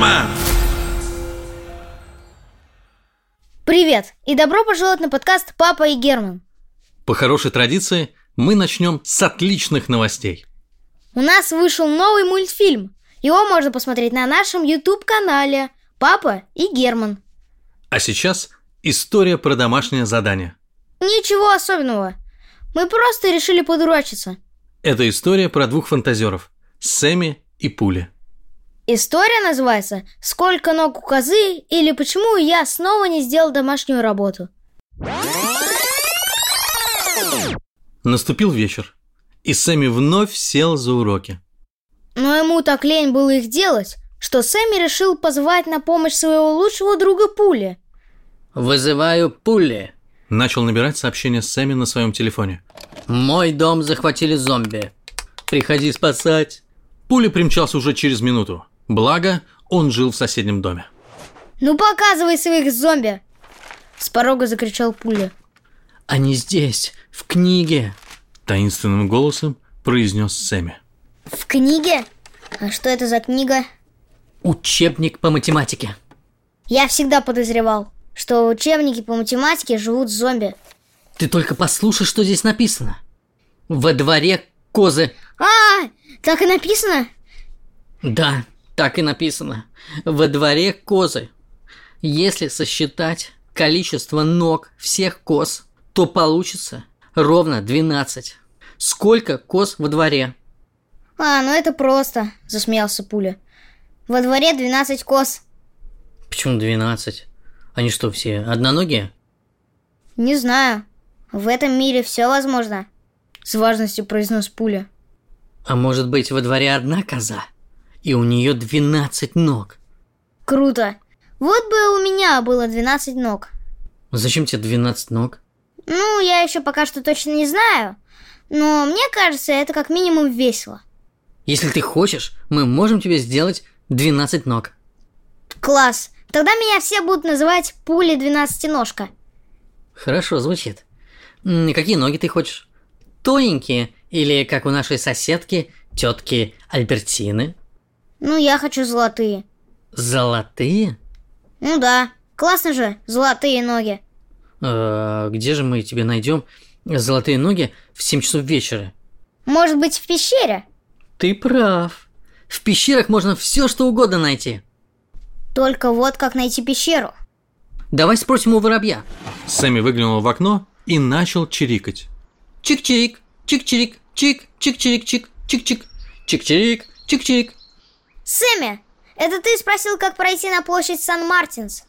Герман! Привет и добро пожаловать на подкаст «Папа и Герман». По хорошей традиции мы начнем с отличных новостей. У нас вышел новый мультфильм. Его можно посмотреть на нашем YouTube-канале «Папа и Герман». А сейчас история про домашнее задание. Ничего особенного. Мы просто решили подурачиться. Это история про двух фантазеров – Сэмми и Пули. История называется «Сколько ног у козы» или «Почему я снова не сделал домашнюю работу». Наступил вечер, и Сэмми вновь сел за уроки. Но ему так лень было их делать, что Сэмми решил позвать на помощь своего лучшего друга Пули. «Вызываю Пули», – начал набирать сообщение Сэмми на своем телефоне. «Мой дом захватили зомби. Приходи спасать». Пули примчался уже через минуту. Благо, он жил в соседнем доме. «Ну показывай своих зомби!» С порога закричал Пуля. «Они здесь, в книге!» Таинственным голосом произнес Сэмми. В книге? А что это за книга? Учебник по математике. Я всегда подозревал, что в учебнике по математике живут зомби. Ты только послушай, что здесь написано. Во дворе козы. Так и написано? Да, так и написано. Во дворе козы. Если сосчитать количество ног всех коз, то получится ровно 12. Сколько коз во дворе? Ну это просто, засмеялся Пуля. Во дворе 12 коз. Почему 12? Они что, все одноногие? Не знаю. В этом мире все возможно, с важностью произнес Пуля. А может быть, во дворе одна коза, и у нее 12 ног? Круто. Вот бы у меня было 12 ног. Зачем тебе 12 ног? Я еще пока что точно не знаю, но мне кажется, это как минимум весело. Если ты хочешь, мы можем тебе сделать 12 ног. Класс. Тогда меня все будут называть Пуля 12-ножка. Хорошо звучит. Какие ноги ты хочешь? Тоненькие или, как у нашей соседки, тетки Альбертины? Я хочу золотые. Золотые? Да, классно же, золотые ноги. Где же мы тебе найдем золотые ноги в 7 часов вечера? Может быть, в пещере? Ты прав. В пещерах можно все, что угодно найти. Только вот как найти пещеру. Давай спросим у воробья. Сэмми выглянул в окно и начал чирикать. Чик-чирик, чик-чирик, чик, чик-чирик-чик, чик-чик, чик-чирик, чик-чирик. Сэмми, это ты спросил, как пройти на площадь Сан-Мартинс?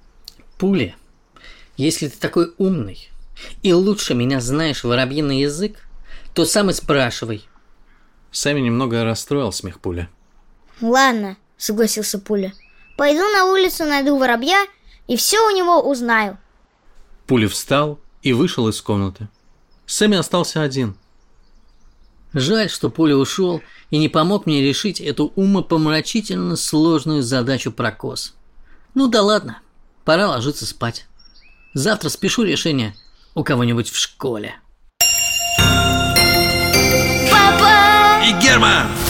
Пули, если ты такой умный и лучше меня знаешь воробьиный язык, то сам и спрашивай. Сэмми немного расстроил смех Пули. Ладно, согласился Пуля. Пойду на улицу, найду воробья и все у него узнаю. Пуля встал и вышел из комнаты. Сэмми остался один. Жаль, что Пуля ушел и не помог мне решить эту умопомрачительно сложную задачу про коз. Да ладно, пора ложиться спать. Завтра спешу решение у кого-нибудь в школе. Папа! И Герман!